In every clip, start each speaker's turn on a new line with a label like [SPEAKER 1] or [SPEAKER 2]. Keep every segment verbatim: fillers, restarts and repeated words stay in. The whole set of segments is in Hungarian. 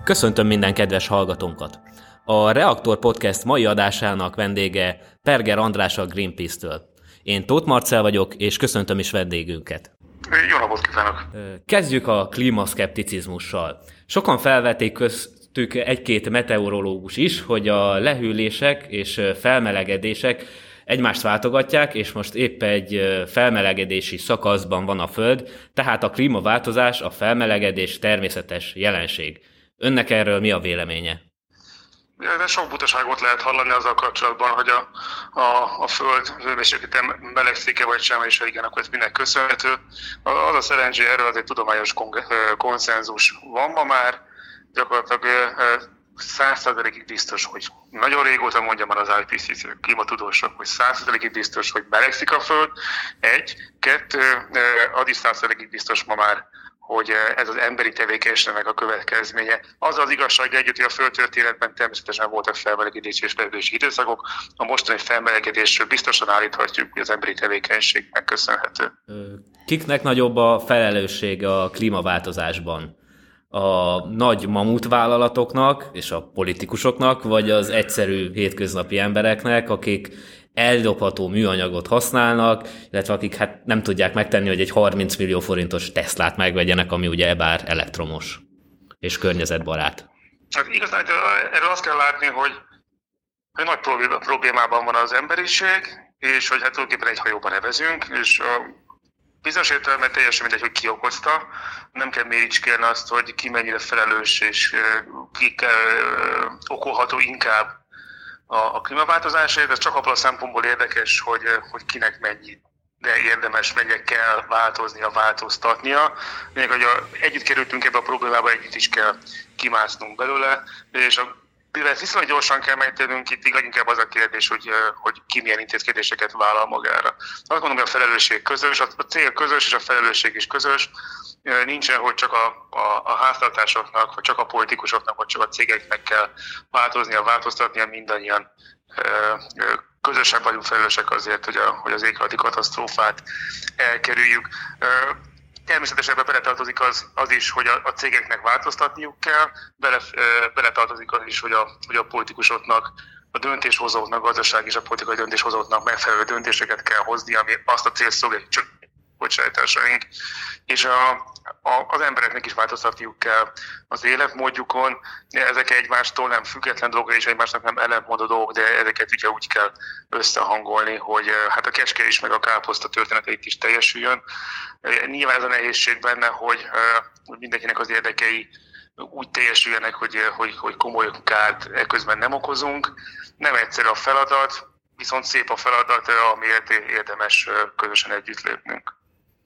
[SPEAKER 1] Köszöntöm minden kedves hallgatónkat! A Reaktor Podcast mai adásának vendége Perger András a Greenpeace-től. Én Tóth Marcell vagyok, és köszöntöm is vendégünket.
[SPEAKER 2] Jó napot kívánok!
[SPEAKER 1] Kezdjük a klímaszkepticizmussal. Sokan felvették köztük egy-két meteorológus is, hogy a lehűlések és felmelegedések egymást váltogatják, és most épp egy felmelegedési szakaszban van a Föld, tehát a klímaváltozás, a felmelegedés természetes jelenség. Önnek erről mi a véleménye?
[SPEAKER 2] De sok butaságot lehet hallani azzal kapcsolatban, hogy a, a, a Föld hőmérséklete melegszik-e vagy sem, és ha igen, akkor ez minek köszönhető. Az a szerencsé, erről az egy tudományos konszenzus van ma már, gyakorlatilag száz százalékig biztos, hogy nagyon régóta mondja már az i pé cé cé, klímatudósok, hogy száz százalékig biztos, hogy melegszik a Föld. Egy, kettő, az is száz százalékig biztos ma már, hogy ez az emberi tevékenységnek a következménye. Az az igazság együtt, hogy a földtörténetben természetesen voltak felmelegedési és lehűlési időszakok, a mostani felmelegedésről biztosan állíthatjuk, hogy az emberi tevékenységnek köszönhető.
[SPEAKER 1] Kiknek nagyobb a felelősség a klímaváltozásban? A nagy mamutvállalatoknak és a politikusoknak, vagy az egyszerű hétköznapi embereknek, akik eldobható műanyagot használnak, illetve akik hát nem tudják megtenni, hogy egy harminc millió forintos Teslát megvegyenek, ami ugye ebár elektromos és környezetbarát.
[SPEAKER 2] Hát igazán erről azt kell látni, hogy, hogy nagy problémában van az emberiség, és hogy hát tulajdonképpen egy hajóban nevezünk, és a bizonyos értelemben teljesen mindegy, hogy ki okozta. Nem kell méricskélni azt, hogy ki mennyire felelős, és ki okolható inkább a, a klímaváltozásért. Ez csak abban a szempontból érdekes, hogy, hogy kinek mennyi, de érdemes, mennyire kell változnia, változtatnia. Még hogy a, együtt kerültünk ebbe a problémába, együtt is kell kimásznunk belőle, és a mivel viszonylag gyorsan kell megtennünk, itt leginkább az a kérdés, hogy, hogy ki milyen intézkedéseket vállal magára. Azt mondom, hogy a felelősség közös, a cél közös és a felelősség is közös. Nincsen, hogy csak a, a, a háztartásoknak, vagy csak a politikusoknak, vagy csak a cégeknek kell változnia, változtatnia, mindannyian közösen vagyunk felelősek azért, hogy, a, hogy az éghajlati katasztrófát elkerüljük. Természetesen ebbe beletartozik az, az is, hogy a, a cégeknek változtatniuk kell, bele, beletartozik az is, hogy a, hogy a politikusoknak, a döntéshozóknak, a gazdaság és a politikai döntéshozóknak megfelelő döntéseket kell hozni, ami azt a célt szolgálja, csak bocsájtásaink, és a, a, az embereknek is változtatniuk kell az életmódjukon. Ezek egymástól nem független dolgok, és egymásnak nem ellentmondó dolgok, de ezeket ugye úgy kell összehangolni, hogy hát a kecske is, meg a káposzta történeteit is teljesüljön. Nyilván ez a nehézség benne, hogy, hogy mindenkinek az érdekei úgy teljesüljenek, hogy, hogy, hogy komoly kárt eközben nem okozunk. Nem egyszerű a feladat, viszont szép a feladat, amiért érdemes közösen együtt lépnünk.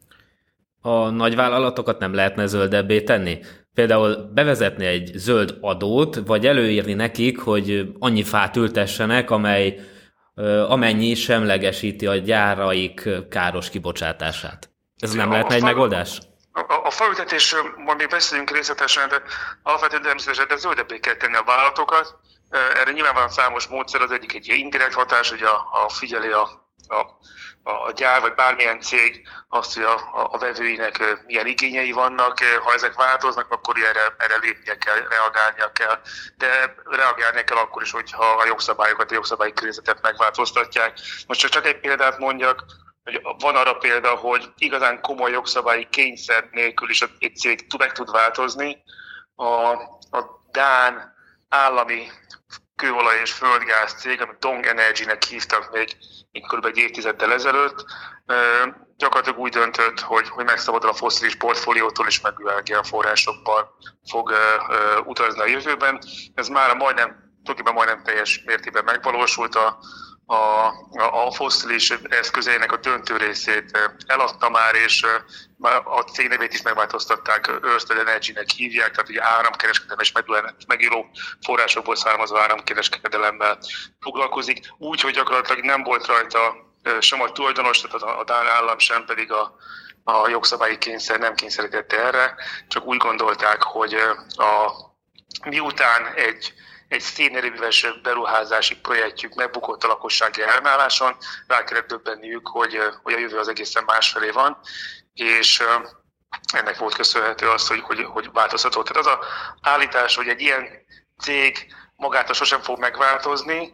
[SPEAKER 1] A nagyvállalatokat nem lehetne zöldebbé tenni? Például bevezetni egy zöld adót, vagy előírni nekik, hogy annyi fát ültessenek, amely, amennyi semlegesíti a gyáraik káros kibocsátását. Ez nem a, lehetne a egy fal, megoldás?
[SPEAKER 2] A, a faültetésről majd még beszéljünk részletesen, de alapvetően természetesen de zöldebbé kell tenni a vállalatokat. Erre nyilván van számos módszer, az egyik egy indirekt hatás, hogy a, a figyeli a, a, a gyár vagy bármilyen cég azt, hogy a, a vevőinek milyen igényei vannak. Ha ezek változnak, akkor erre, erre lépnie kell, reagálnia kell. De reagálnia kell akkor is, hogyha a jogszabályokat, a jogszabályi környezetet megváltoztatják. Most csak, csak egy példát mondjak, hogy van arra példa, hogy igazán komoly jogszabályi kényszer nélkül is egy cég meg tud változni. A, a dán állami kőolaj és földgáz cég, amit Dong Energy-nek hívtak még, még kb. Egy évtizeddel ezelőtt, gyakorlatilag úgy döntött, hogy, hogy megszabadul a fosszilis portfóliótól és megújuló energiaforrásokban fog utazni a jövőben. Ez már majdnem, tulajdonképpen majdnem teljes mértékben megvalósult. A, a, a fosszilis eszközeinek a döntő részét eladta már, és a cég nevét is megváltoztatták, Ørsted Energy-nek hívják, tehát ugye áramkereskedelem és megújuló forrásokból származó áramkereskedelemmel foglalkozik, úgy, hogy gyakorlatilag nem volt rajta sem a tulajdonos, tehát a dán állam, sem pedig a, a jogszabályi kényszer nem kényszerítette erre, csak úgy gondolták, hogy a, miután egy egy szénerőműves beruházási projektjük megbukott a lakossági ellenálláson, rá kellett döbbenniük, hogy, hogy a jövő az egészen másfelé van, és ennek volt köszönhető az, hogy, hogy, hogy változtatott. Tehát az a állítás, hogy egy ilyen cég magától sosem fog megváltozni,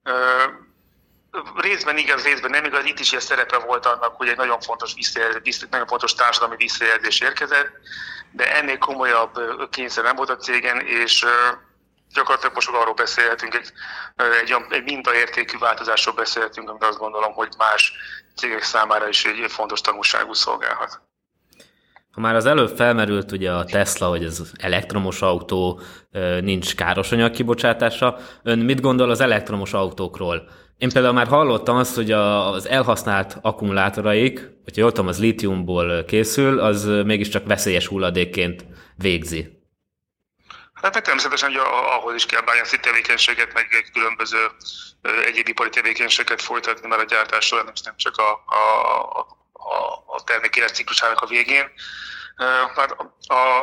[SPEAKER 2] részben igaz, részben nem igaz, itt is ilyen szerepe volt annak, hogy egy nagyon fontos, visszajelzés, nagyon fontos társadalmi visszajelzés érkezett, de ennél komolyabb kényszer nem volt a cégen, és gyakorlatilag most arról beszélhetünk, egy, egy, egy mintaértékű változásról beszélhetünk, amit azt gondolom, hogy más cégek számára is egy fontos tanulságú szolgálhat.
[SPEAKER 1] Ha már az előbb felmerült ugye a Tesla, hogy ez elektromos autó, nincs károsanyag kibocsátása, ön mit gondol az elektromos autókról? Én például már hallottam azt, hogy az elhasznált akkumulátoraik, hogyha jól tudom, az lítiumból készül, az mégiscsak veszélyes hulladékként végzi.
[SPEAKER 2] Hát meg természetesen, hogy ahhoz is kell bányászi tevékenységet, meg különböző egyéb ipari tevékenységet folytatni, mert a gyártás során nem csak a, a, a, a termék életciklusának a végén. Hát a, a,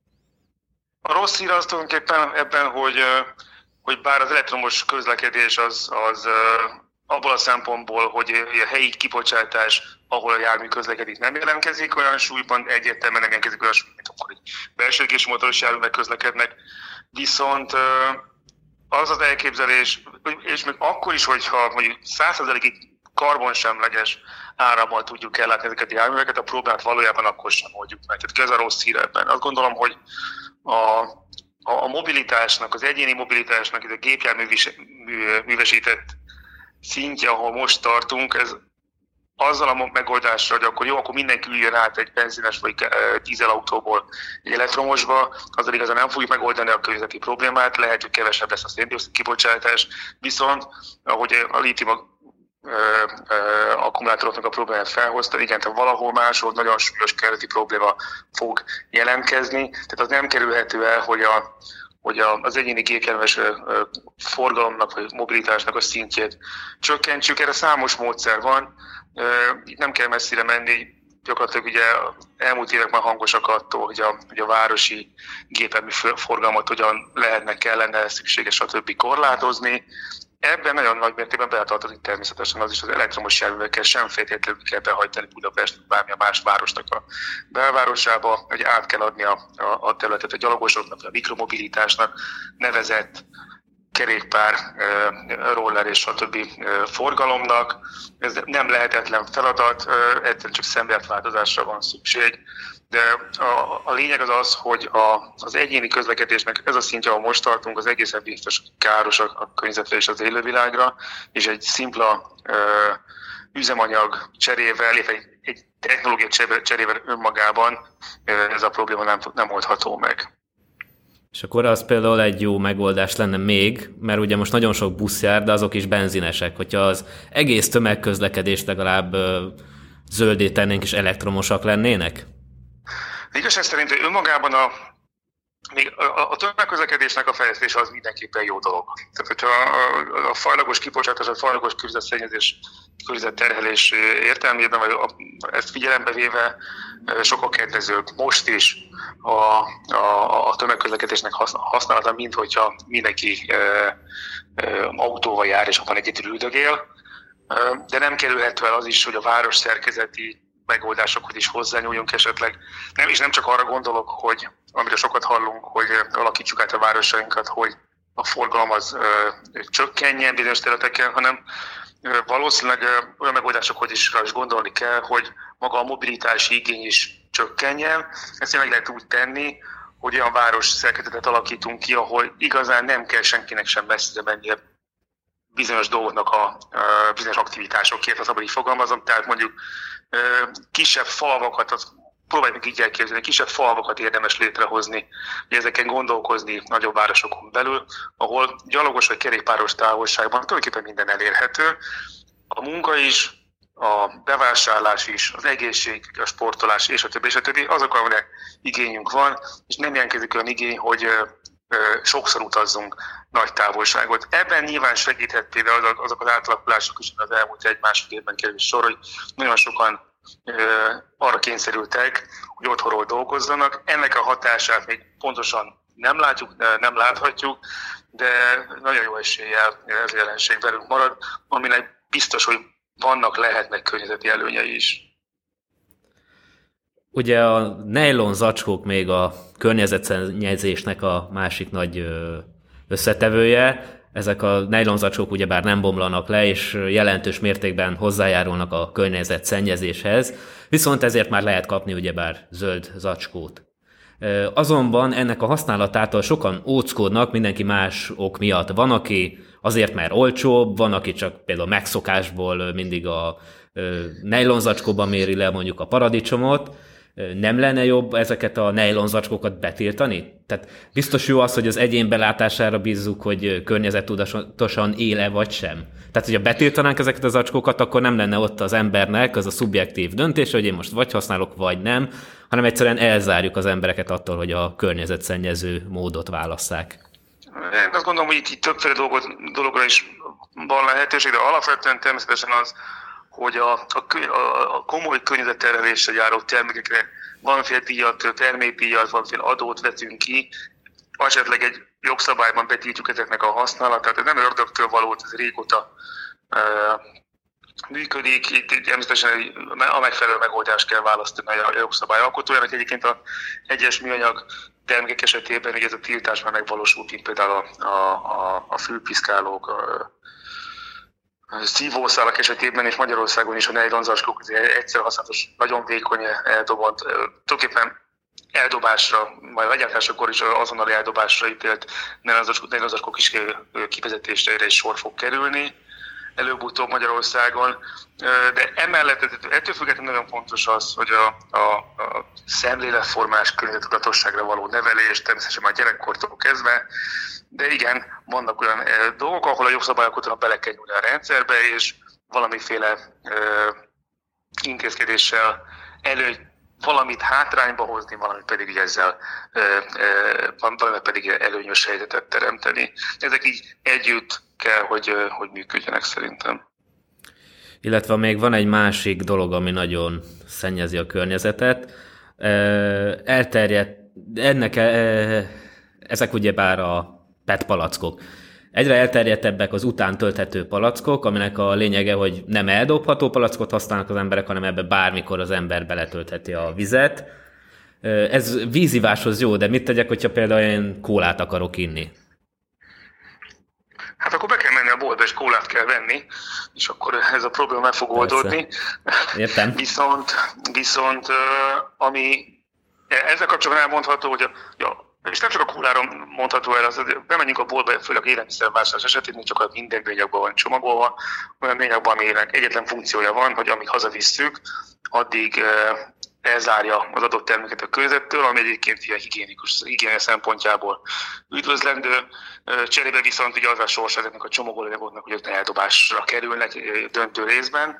[SPEAKER 2] a rossz hír az tulajdonképpen ebben, hogy, hogy bár az elektromos közlekedés az, az abból a szempontból, hogy a helyi kibocsátás, ahol a jármű közlekedik, nem jelentkezik olyan súlyban, egyértelműen nem jelentkezik olyan súlyban, mint akkor egy belső égésű motoros járművek közlekednek. Viszont az az elképzelés, és még akkor is, hogyha mondjuk száz százalékig karbonsemleges árammal tudjuk ellátni ezeket a járműveket, a problémát valójában akkor sem oldjuk meg. Tehát ez a rossz hír ebben. Azt gondolom, hogy a, a mobilitásnak, az egyéni mobilitásnak, ez a gépjárművesített szintje, ahol most tartunk, ez azzal a megoldásra, hogy akkor jó, akkor mindenki üljön át egy benzines vagy dízelautóból egy elektromosba, azzal igazán nem fogjuk megoldani a környezeti problémát, lehet, hogy kevesebb lesz a széndioxid kibocsátás, viszont ahogy a lítium akkumulátoroknak a problémát felhozta, igen, tehát valahol máshol nagyon súlyos környezeti probléma fog jelentkezni, tehát az nem kerülhető el, hogy a hogy az egyéni gépjárműves forgalomnak vagy mobilitásnak a szintjét csökkentsük. Erre számos módszer van, itt nem kell messzire menni, gyakorlatilag ugye elmúlt évek már hangosak attól, hogy a, hogy a városi gépjármű forgalmat hogyan lehetne, kellene, szükséges stb. Korlátozni. Ebben nagyon nagy mértékben beletartozik természetesen az is, az elektromos járművekkel sem feltétlenül kell behajtani Budapest, bármilyen más városnak a belvárosába, hogy át kell adni a, a, a területet a gyalogosoknak, a mikromobilitásnak nevezett kerékpár, roller és stb. Forgalomnak. Ez nem lehetetlen feladat, egyszerűen csak szemléletváltozásra van szükség. De a, a lényeg az az, hogy a, az egyéni közlekedésnek ez a szintje, ahol most tartunk, az egészen biztos káros a, a környezetre és az élővilágra, és egy szimpla ö, üzemanyag cserével, egy, egy technológia cserével önmagában ö, ez a probléma nem, nem oldható meg.
[SPEAKER 1] És akkor az például egy jó megoldás lenne még, mert ugye most nagyon sok busz jár, de azok is benzinesek. Hogyha az egész tömegközlekedést legalább ö, zöldé tennénk és elektromosak lennének?
[SPEAKER 2] Igazság szerint önmagában a, még a, a tömegközlekedésnek a fejlesztése az mindenképpen jó dolog. Tehát, hogyha a, a fajlagos kibocsátás, a fajlagos környezetszennyezés, környezetterhelés értelmében, vagy a, ezt figyelembe véve sokkal kedvezőbb most is a, a, a tömegközlekedésnek használata, mint hogyha mindenki e, e, autóval jár, és abban egyedül üldögél. De nem kerülhető el az is, hogy a város szerkezeti megoldásokhoz is hozzányúljunk esetleg. Nem, és nem csak arra gondolok, hogy amire sokat hallunk, hogy alakítsuk át a városainkat, hogy a forgalom az ö, csökkenjen bizonyos területeken, hanem ö, valószínűleg ö, olyan megoldásokhoz is, is gondolni kell, hogy maga a mobilitási igény is csökkenjen. Ezt meg lehet úgy tenni, hogy olyan város szerkezetet alakítunk ki, ahol igazán nem kell senkinek sem messzire mennie bizonyos dolgoknak a, a bizonyos aktivitásokért, az abban így fogalmazom, tehát mondjuk kisebb falvakat, az próbáljuk így elképzelni, kisebb falvakat érdemes létrehozni, hogy ezeken gondolkozni nagyobb városokon belül, ahol gyalogos vagy kerékpáros távolságban tulajdonképpen minden elérhető. A munka is, a bevásárlás is, az egészség, a sportolás és a többi, és a többi, azok, amire igényünk van, és nem jelentkezik olyan igény, hogy sokszor utazzunk nagy távolságot. Ebben nyilván segíthet például azok az átalakulások is, az elmúlt egy-másfél évben kerül sor, hogy nagyon sokan ö, arra kényszerültek, hogy otthonról dolgozzanak. Ennek a hatását még pontosan nem látjuk, nem láthatjuk, de nagyon jó eséllyel ez a jelenség velünk marad, aminek biztos, hogy vannak, lehetnek környezeti előnyei is.
[SPEAKER 1] Ugye a nejlon zacskók még a környezetszennyezésnek a másik nagy összetevője. Ezek a nejlon zacskók ugyebár nem bomlanak le, és jelentős mértékben hozzájárulnak a környezetszennyezéshez, viszont ezért már lehet kapni ugyebár zöld zacskót. Azonban ennek a használatától sokan óckodnak mindenki más ok miatt. Van, aki azért, mert olcsóbb, van, aki csak például megszokásból mindig a nejlon zacskóban méri le mondjuk a paradicsomot. Nem lenne jobb ezeket a nejlon zacskókat betiltani? Tehát biztos jó az, hogy az egyén belátására bízzuk, hogy környezettudatosan éle vagy sem. Tehát, hogyha betiltanánk ezeket a zacskókat, akkor nem lenne ott az embernek az a szubjektív döntés, hogy én most vagy használok, vagy nem, hanem egyszerűen elzárjuk az embereket attól, hogy a környezetszennyező módot válasszák.
[SPEAKER 2] Én azt gondolom, hogy itt, itt többféle dolgot, dologra is van lehetőség, de alapvetően természetesen az, hogy a, a, a komoly környezetterhelésre járó termékekre valamiféle díjat, termékdíjat, valamiféle adót vetünk ki, esetleg egy jogszabályban betiltjuk ezeknek a használatát. Ez nem ördögtől való, ez régóta e, működik. Itt természetesen a megfelelő megoldást kell választani a jogszabály alkotójának. Egyébként az egyes műanyag termékek esetében hogy ez a tiltás már megvalósult, mint például a, a, a, a fülpiszkálók, a, szívószálak esetében, és Magyarországon is a nejlon zacskók egyszer használatos, nagyon vékony, eldobott, tulajdonképpen eldobásra, majd legyártásakor is azonnali eldobásra ítélt nejlon zacskók is kivezetésre is sor fog kerülni, előbb-utóbb Magyarországon. De emellett, ettől függetlenül nagyon fontos az, hogy a, a, a szemléletformás környezettudatosságra való nevelés, természetesen már gyerekkortól kezdve, de igen, vannak olyan dolgok, ahol a jogszabályalkotónak bele kell nyúlni a rendszerbe, és valamiféle ö, intézkedéssel elő valamit hátrányba hozni, valamit pedig ezzel ö, ö, valamit pedig előnyös helyzetet teremteni. Ezek így együtt kell, hogy, hogy működjenek szerintem.
[SPEAKER 1] Illetve még van egy másik dolog, ami nagyon szennyezi a környezetet. Elterjedt, ennek, ezek ugyebár a pé é té palackok. Egyre elterjedtebbek az után tölthető palackok, aminek a lényege, hogy nem eldobható palackot használnak az emberek, hanem ebbe bármikor az ember beletöltheti a vizet. Ez víziváshoz jó, de mit tegyek, hogyha például én kólát akarok inni?
[SPEAKER 2] Hát akkor be kell menni a boltba, és kólát kell venni, és akkor ez a probléma meg fog oldódni.
[SPEAKER 1] Értem.
[SPEAKER 2] viszont, viszont ami ezzel kapcsolatban elmondható, hogy a, ja, és nem csak a kólára mondható el, az, bemegyünk a boltba, főleg élelmiszervásárlás esetén, csak a minden műanyagban van csomagolva, olyan műanyagban, aminek egyetlen funkciója van, hogy amíg hazavisszük, addig elzárja az adott terméket a környezettől, ami egyébként ilyen higiénikus, higiénia szempontjából üdvözlendő. Cserébe viszont ugye az a sors ezeknek a csomagolóanyagoknak, hogy ott eldobásra kerülnek döntő részben.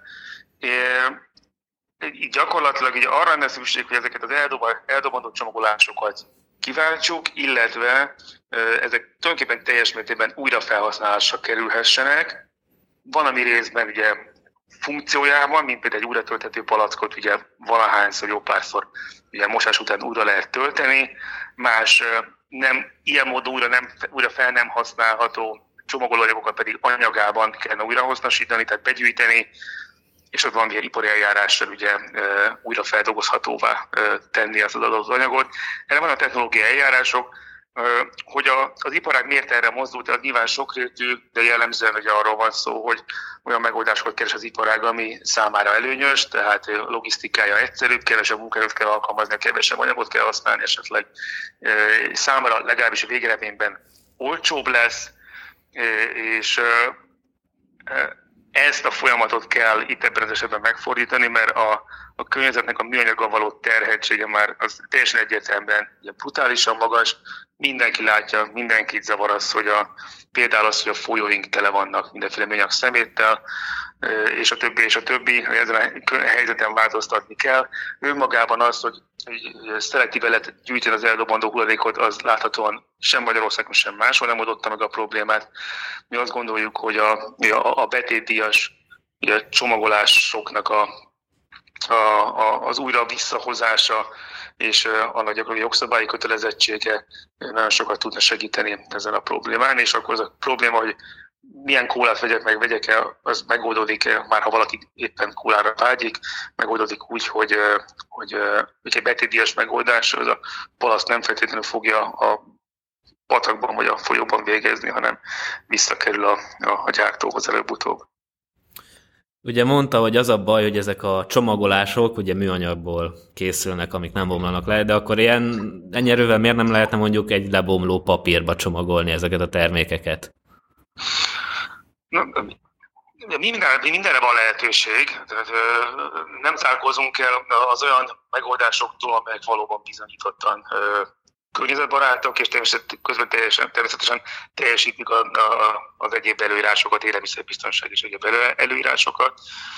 [SPEAKER 2] Így gyakorlatilag így arra lenne szükség, hogy ezeket az eldobandó csomagolásokat kiváltsuk, illetve ezek tulajdonképpen teljes mértékben újra felhasználásra kerülhessenek. Van, ami részben ugye funkciójában, mint például egy újra tölthető palackot, ugye valahányszor, jó párszor ugye mosás után újra lehet tölteni, más nem, ilyen módon újra, nem, újra fel nem használható csomagolóanyagokat pedig anyagában kellene újrahasznosítani, tehát begyűjteni, és ott van ilyen ipari eljárással ugye újra feldolgozhatóvá tenni azt az adott anyagot. Erre van a technológiai eljárások, hogy a, az iparág miért erre mozdult, az nyilván sokrétű, de jellemzően ugye arról van szó, hogy olyan megoldásokat keres az iparág, ami számára előnyös, tehát logisztikája egyszerűbb, kevesebb munkaerőt kell alkalmazni, kevesebb anyagot kell használni, esetleg számára legalábbis a végeredményben olcsóbb lesz, és ezt a folyamatot kell itt ebben az esetben megfordítani, mert a, a környezetnek a műanyaggal való terheltsége már az teljesen egyértelműen ugye brutálisan magas. Mindenki látja, mindenkit zavar az, hogy a, például az, hogy a folyóink tele vannak mindenféle műanyag szeméttel, és a többi, és a többi, hogy ezen a helyzeten változtatni kell. Önmagában az, hogy, hogy szelektíve lehet gyűjteni az eldobandó hulladékot, az láthatóan sem Magyarországon, sem máshol nem oldotta meg a problémát. Mi azt gondoljuk, hogy a, a, a betétdíjas ugye, csomagolásoknak a, a, a, az újra visszahozása és annak gyakori jogszabályi kötelezettsége nagyon sokat tudna segíteni ezen a problémán, és akkor az a probléma, hogy milyen kólát vegyek meg, vegyek-e, az megoldódik, már ha valaki éppen kólára vágyik, megoldódik úgy, hogy, hogy, hogy egy betétdíjas megoldás, az a palaszt nem feltétlenül fogja a patakban vagy a folyóban végezni, hanem visszakerül a, a, a gyártóhoz előbb-utóbb.
[SPEAKER 1] Ugye mondta, hogy az a baj, hogy ezek a csomagolások ugye műanyagból készülnek, amik nem bomlanak le, de akkor ilyen ennyi erővel miért nem lehetne mondjuk egy lebomló papírba csomagolni ezeket a termékeket?
[SPEAKER 2] Na, minden, mindenre van lehetőség, tehát nem zárkózunk el az olyan megoldásoktól, amelyek valóban bizonyítottan környezetbarátok, és természetesen, közben teljesen, természetesen teljesítik a, a, az egyéb előírásokat, élelmiszerbiztonság és egyéb előírásokat.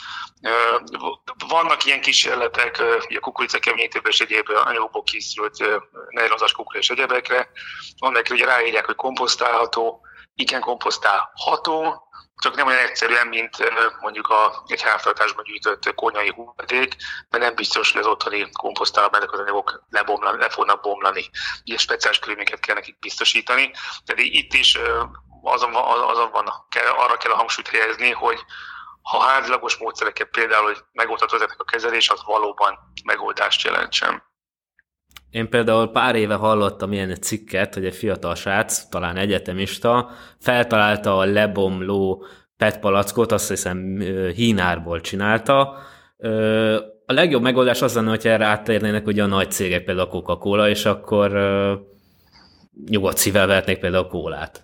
[SPEAKER 2] Vannak ilyen kísérletek, ugye kukoricakeményítőben és egyéb anyagokból készült nejlonzas kukorica és egyebekre, amelyekre ugye ráírják, hogy komposztálható, igen komposztálható, csak nem olyan egyszerűen, mint mondjuk a, egy háztartásban gyűjtött konyhai hulladék, mert nem biztos, hogy az otthoni komposztálban ezek az anyagok lebomlani, le fognak bomlani. Ilyen speciális körülményeket kell nekik biztosítani. Tehát itt is azon, azon van, kell, arra kell a hangsúlyt helyezni, hogy ha házilagos módszerekkel például, hogy megoldható ezeknek a kezelés, az valóban megoldást jelentsen.
[SPEAKER 1] Én például pár éve hallottam ilyen cikket, hogy egy fiatal srác, talán egyetemista, feltalálta a lebomló pé é té palackot, azt hiszem hínárból csinálta. A legjobb megoldás az lenne, hogyha erre áttérnének ugye a nagy cégek, például a Coca-Cola, és akkor nyugodt szívvel vehetnék például a kólát.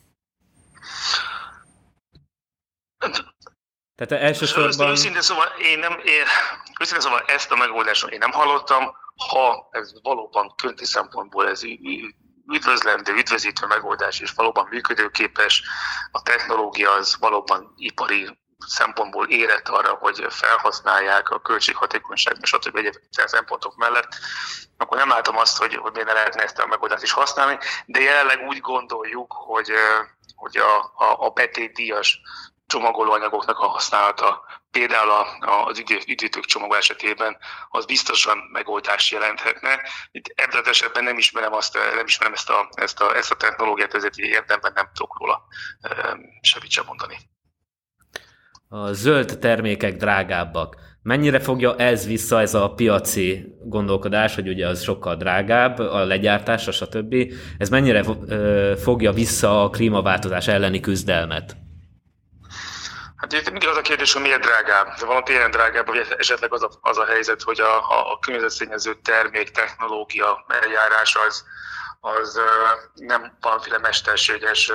[SPEAKER 1] Tehát elsősorban...
[SPEAKER 2] Őszintén szóval, én nem, én, őszintén szóval ezt a megoldást én nem hallottam. Ha ez valóban környezeti szempontból ez üdvözlendő, üdvözítő megoldás, és valóban működőképes, a technológia az valóban ipari szempontból érett arra, hogy felhasználják a költséghatékonyság, és stb. Egyéb szempontok mellett, akkor nem látom azt, hogy, hogy miért ne lehetne ezt a megoldást is használni, de jelenleg úgy gondoljuk, hogy, hogy a, a, a betétdíjas csomagolóanyagoknak a használata, például az üdítők csomagoló esetében, az biztosan megoldást jelenthetne. Itt ebben az esetben nem ismerem, azt, nem ismerem ezt, a, ezt, a, ezt a technológiát, ezért érdemben nem tudok róla semmit sem mondani.
[SPEAKER 1] A zöld termékek drágábbak. Mennyire fogja ez vissza, ez a piaci gondolkodás, hogy ugye az sokkal drágább, a legyártása, stb. Ez mennyire fogja vissza a klímaváltozás elleni küzdelmet?
[SPEAKER 2] Hát itt mindig az a kérdés, hogy miért drágább. De van tényleg drágább, vagy esetleg az a, az a helyzet, hogy a, a, a környezetszennyező termék, technológia, eljárás az, az nem valamiféle mesterséges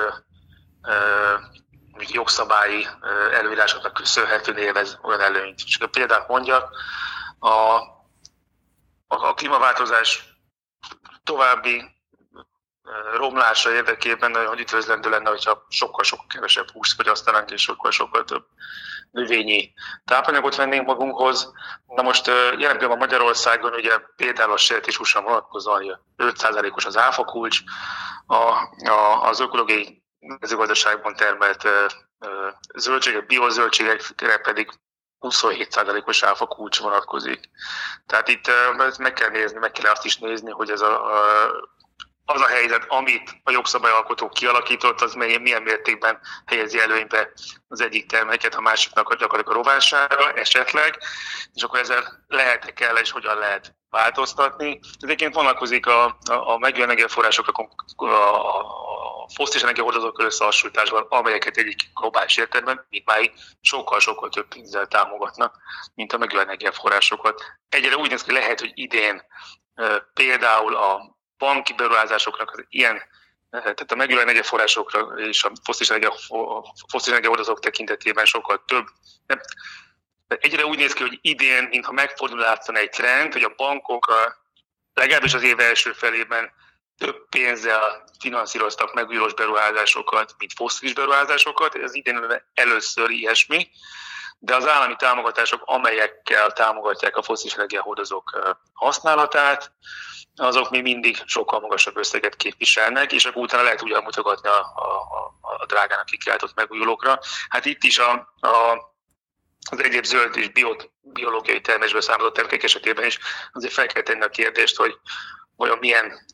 [SPEAKER 2] jogszabályi előírásoknak köszönhetően élvez olyan előnyt. És a példát mondjak, a, a, a klímaváltozás további romlása érdekében nagyon üdvözlendő lenne, hogyha sokkal-sokkal kevesebb húst fogyasztanánk, és sokkal-sokkal több növényi tápanyagot vennénk magunkhoz. Na most jelen pillanatban Magyarországon ugye például a sertéshúsra vonatkozóan öt százalékos az áfakulcs, a, a, az ökológiai mezőgazdaságban termelt zöldségek, biozöldségekre pedig huszonhét százalékos áfakulcs vonatkozik. Tehát itt meg kell nézni, meg kell azt is nézni, hogy ez a, a az a helyzet, amit a jogszabályalkotó kialakított, az milyen mértékben helyezi előnybe az egyik terméket, a másiknak gyakorlatilag a rovására esetleg, és akkor ezzel lehet-e kell, és hogyan lehet változtatni. Egyébként vonatkozik a, a, a megújuló energiaforrásokra, a, a fosszilis energiahordozók összehasonlításban, amelyeket egyik globális értelemben mindmáig sokkal-sokkal több pénzzel támogatnak, mint a megújuló energiaforrásokat. Egyre úgy néz ki, lehet, hogy idén például a banki beruházásoknak az ilyen, tehát a megújuló energiaforrásokra és a fosszilis energiahordozók tekintetében sokkal több. Egyre úgy néz ki, hogy idén, mintha megfordul látszana egy trend, hogy a bankok a, legalábbis az év első felében több pénzzel finanszíroztak megújulós beruházásokat, mint fosszilis beruházásokat. Ez idén először ilyesmi, de az állami támogatások, amelyekkel támogatják a fosszilis energiahordozók használatát, azok még mindig sokkal magasabb összeget képviselnek, és akkor utána lehet ugyan mutogatni a, a, a drágának kikiáltott megújulókra. Hát itt is a, a, az egyéb zöld és bio, biológiai termésből származó termékek esetében is azért fel kell tenni a kérdést, hogy vajon milyen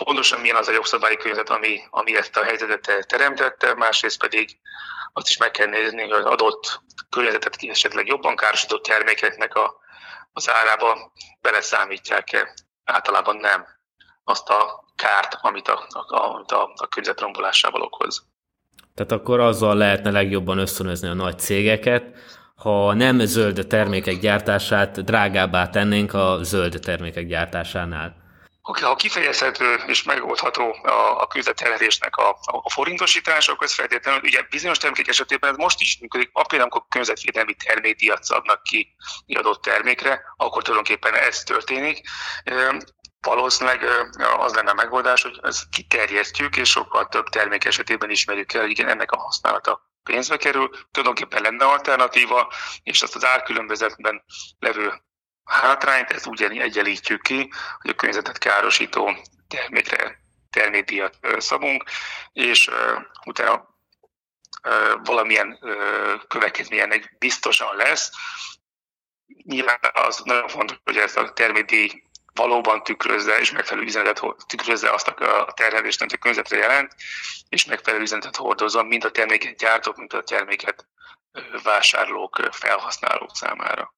[SPEAKER 2] pontosan milyen az a jogszabályi környezet, ami, ami ezt a helyzetet teremtette, másrészt pedig azt is meg kell nézni, hogy az adott környezetet esetleg jobban károsított termékeknek a, az árába beleszámítják-e. Általában nem azt a kárt, amit a, a, amit a, a környezet rombolásával okoz.
[SPEAKER 1] Tehát akkor azzal lehetne legjobban ösztönözni a nagy cégeket, ha nem zöld termékek gyártását drágábbá tennénk a zöld termékek gyártásánál.
[SPEAKER 2] Okay, ha kifejezhető és megoldható a, a környezetterhelésnek a, a forintosítás, akkor ez feltétlenül, ugye bizonyos termékek esetében ez most is működik, például amikor környezetvédelmi termékdíjat szabnak ki adott termékre, akkor tulajdonképpen ez történik. Valószínűleg az lenne a megoldás, hogy ezt kiterjesztjük, és sokkal több termék esetében ismerjük el, hogy igen, ennek a használata pénzbe kerül, tulajdonképpen lenne alternatíva, és azt az árkülönbözetben levő hátrányt, ezt úgy egyenlítjük ki, hogy a környezetet károsító termékre termékdíjat szabunk, és uh, utána uh, valamilyen uh, következménynek biztosan lesz. Nyilván az nagyon fontos, hogy ez a termékdíj valóban tükrözze, és megfelelő üzenetet tükrözze azt a terhelést, amit a környezetre jelent, és megfelelő üzenetet hordozza mind a terméket gyártók, mind a terméket vásárlók, felhasználók számára.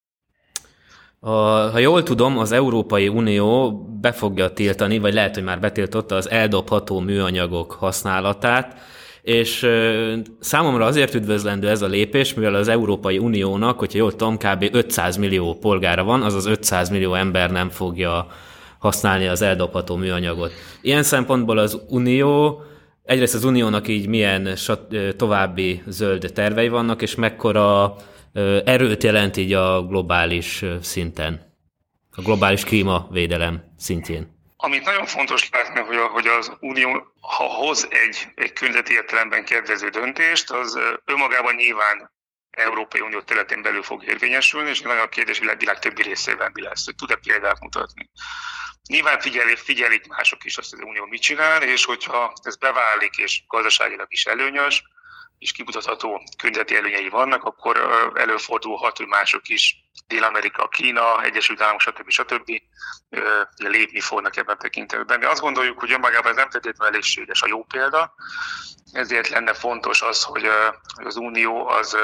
[SPEAKER 1] A, ha jól tudom, az Európai Unió be fogja tiltani, vagy lehet, hogy már betiltotta az eldobható műanyagok használatát, és ö, számomra azért üdvözlendő ez a lépés, mivel az Európai Uniónak, hogyha jól tudom, kb. ötszáz millió polgára van, azaz ötszáz millió ember nem fogja használni az eldobható műanyagot. Ilyen szempontból az Unió, egyrészt az Uniónak így milyen további zöld tervei vannak, és mekkora erőt jelent így a globális szinten, a globális klímavédelem szintjén.
[SPEAKER 2] Amit nagyon fontos látni, hogy, a, hogy az Unió, ha hoz egy, egy környezeti értelemben kedvező döntést, az önmagában nyilván Európai Unió területén belül fog érvényesülni, és nagyon a kérdés, hogy a világ többi részében mi lesz, hogy tud-e példát mutatni. Nyilván figyelik, figyelik mások is azt, hogy az Unió mit csinál, és hogyha ez beválik, és gazdaságilag is előnyös, és kimutatható környezeti előnyei vannak, akkor előfordulhat, hogy mások is, Dél-Amerika, Kína, Egyesült Államok, stb. stb. Lépni fognak ebben tekintetben. De azt gondoljuk, hogy önmagában ez nem feltétlenül elégséges a jó példa, ezért lenne fontos az, hogy az Unió az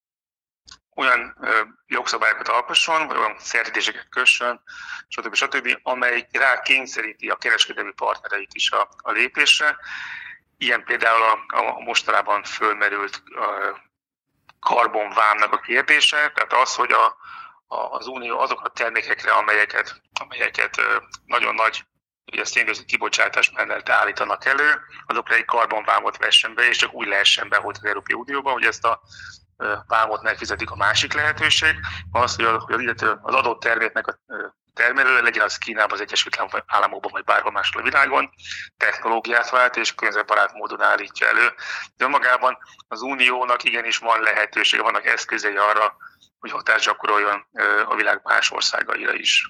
[SPEAKER 2] olyan jogszabályokat alkosson, vagy olyan szerződéseket kössön, stb. stb., amely rá kényszeríti a kereskedelmi partnereit is a, a lépésre. Ilyen például a, a mostanában fölmerült a karbonvámnak a kérdése, tehát az, hogy a, a, az Unió azok a termékekre, amelyeket, amelyeket nagyon nagy ugye széndioxid kibocsátás mellett állítanak elő, azokra egy karbonvámot vessen be, és csak úgy lehessen behozni az Európai Unióba, hogy ezt a vámot megfizetik. A másik lehetőség az, hogy az adott terméknek a termelő, legyen az Kínában, az Egyesült Államokban, vagy bárhol máshol a világon, technológiát vált és környezetbarát módon állítja elő. De magában az Uniónak igenis van lehetősége, vannak eszközei arra, hogy hatást gyakoroljon a világ más országaira is.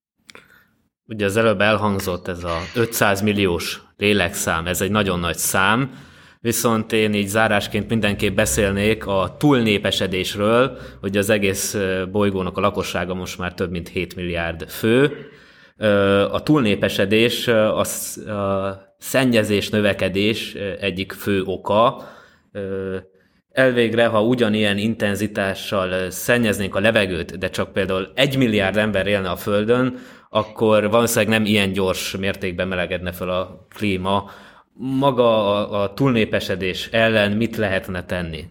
[SPEAKER 1] Ugye az előbb elhangzott ez a ötszáz milliós lélekszám, ez egy nagyon nagy szám, viszont én így zárásként mindenképp beszélnék a túlnépesedésről, hogy az egész bolygónak a lakossága most már több mint hét milliárd fő. A túlnépesedés a szennyezés növekedés egyik fő oka. Elvégre, ha ugyanilyen intenzitással szennyeznénk a levegőt, de csak például egy milliárd ember élne a Földön, akkor valószínűleg nem ilyen gyors mértékben melegedne fel a klíma. Maga a, a túlnépesedés ellen mit lehetne tenni?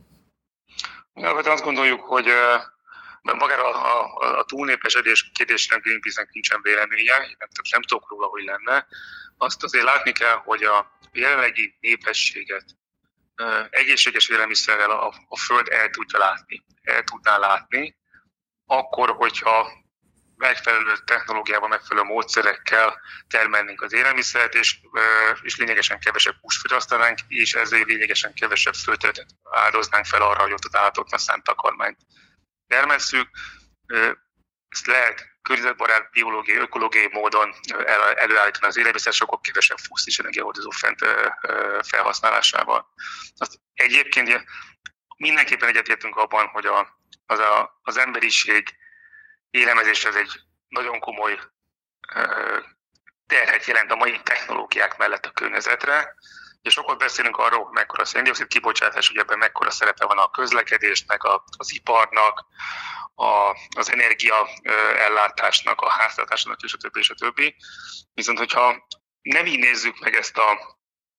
[SPEAKER 2] Ja, azt gondoljuk, hogy magára a, a, a túlnépesedés kérdésében Greenpeace-nek nincsen véleménye, nem, nem tudok róla, hogy lenne. Azt azért látni kell, hogy a jelenlegi népességet egészséges élelmiszerrel a, a Föld el tudja látni, el tudná látni, akkor, hogyha megfelelő technológiával, megfelelő módszerekkel termelnénk az élelmiszert, és, és lényegesen kevesebb húst fogyasztanánk, és ezzel lényegesen kevesebb földterületet áldoznánk fel arra, hogy ott az állatoknak szánt takarmányt termesszük. Ezt lehet környezetbarát, biológiai, ökológiai módon előállítani az élelmiszer, sokkal kevesebb fosszilis energiahordozó fent felhasználásával. Azt egyébként mindenképpen egyetértünk abban, hogy a, az, a, az emberiség élelmezés ez egy nagyon komoly terhet jelent a mai technológiák mellett a környezetre, és sokat beszélünk arról, hogy mekkora a szén-dioxid kibocsátás, hogy ebben mekkora szerepe van a közlekedésnek, a, az iparnak, a, az energia ellátásnak, a háztartásnak, és a többi, és a többi. Viszont, hogyha nem így nézzük meg ezt a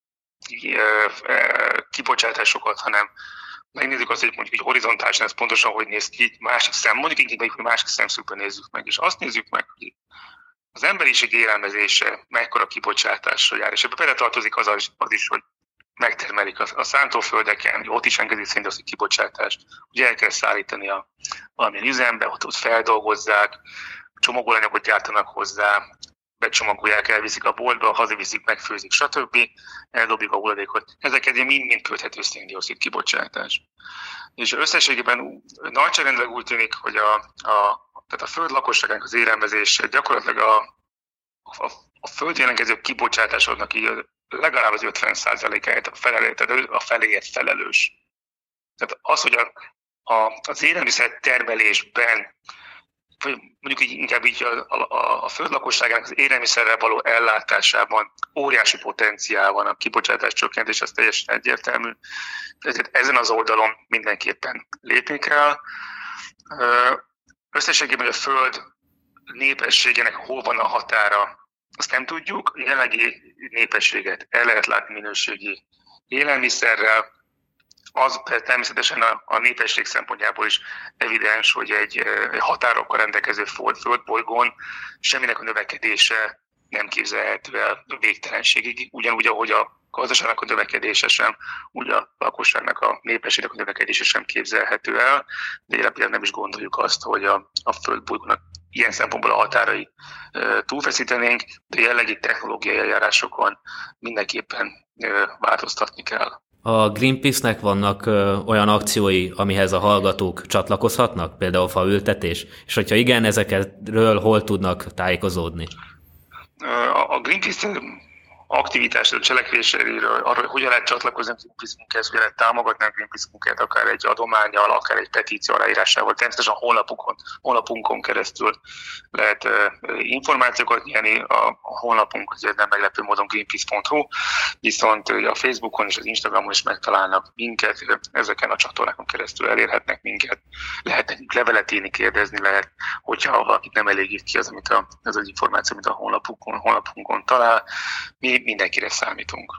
[SPEAKER 2] kibocsátásokat, hanem megnézzük azt, hogy mondjuk egy horizontálisan ez pontosan hogy néz ki, másik szem, mondjuk inkább hogy másik szemszögből nézzük meg, és azt nézzük meg, hogy az emberiség élelmezése mekkora kibocsátásra jár, és ebbe beletartozik az, az is, hogy megtermelik a, a szántóföldeken, ott is engedik szerint az, hogy kibocsátást, ugye el kell szállítani a valamilyen üzembe, ott, ott feldolgozzák, csomagolanyagot gyártanak hozzá, becsomagolják, elviszik a boltba, hazaviszik, megfőzik, stb. Eldobjuk a hulladékot. Ezeket mind-mind köthető szén-dioxid kibocsátás. És összességében nagyságrendileg úgy tűnik, hogy a, a, tehát a föld lakosságának az élelmezése gyakorlatilag a, a, a föld jelenkező kibocsátásoknak legalább az ötven százalékáért a, felelő, tehát a feléért felelős. Tehát az, hogy a, a, az élelmiszer termelésben vagy mondjuk így, inkább így a, a, a föld lakosságának az élelmiszerrel való ellátásában óriási potenciál van, a kibocsátás csökkentés, az teljesen egyértelmű. Ezért ezen az oldalon mindenképpen lépni kell. Összességében, hogy a föld népességének hol van a határa, azt nem tudjuk. A jelenlegi népességet el lehet látni minőségi élelmiszerrel. Az természetesen a, a népesség szempontjából is evidens, hogy egy, egy határokkal rendelkező földbolygón semminek a növekedése nem képzelhető el végtelenségig, ugyanúgy, ahogy a gazdaságnak a növekedése sem, úgy a lakosságnak a népességnek a növekedése sem képzelhető el, de például nem is gondoljuk azt, hogy a, a földbolygónak ilyen szempontból a határai e, túlfeszítenénk, de jellegi technológiai eljárásokon mindenképpen e, változtatni kell.
[SPEAKER 1] A Greenpeace-nek vannak ö, olyan akciói, amihez a hallgatók csatlakozhatnak, például faültetés, és hogyha igen, ezekről hol tudnak tájékozódni?
[SPEAKER 2] A, a Greenpeace aktivitás, a cselekvéséről, arról, hogy hogyan lehet csatlakozni a Greenpeace munkához, hogyan lehet támogatni a Greenpeace munkát, akár egy adománnyal, akár egy petíció aláírásával, természetesen a honlapunkon, honlapunkon keresztül lehet uh, információkat nyerni, a, a honlapunk azért nem meglepő módon greenpeace pont hu, viszont uh, a Facebookon és az Instagramon is megtalálnak minket, ezeken a csatornákon keresztül elérhetnek minket, lehet nekünk levelet írni, kérdezni lehet, hogyha valakit nem elégít ki az, amit a, az az információ, amit a honlapunkon, honlapunkon talál, mi mindenkire számítunk.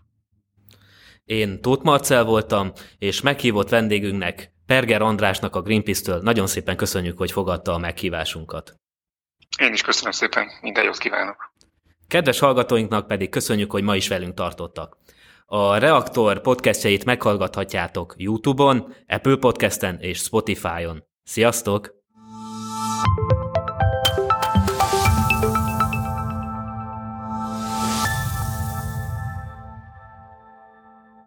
[SPEAKER 1] Én Tóth Marcell voltam, és meghívott vendégünknek, Perger Andrásnak a Greenpeace-től nagyon szépen köszönjük, hogy fogadta a meghívásunkat.
[SPEAKER 2] Én is köszönöm szépen, minden jót kívánok.
[SPEAKER 1] Kedves hallgatóinknak pedig köszönjük, hogy ma is velünk tartottak. A Reaktor podcastjait meghallgathatjátok YouTube-on, Apple Podcasten és Spotify-on. Sziasztok!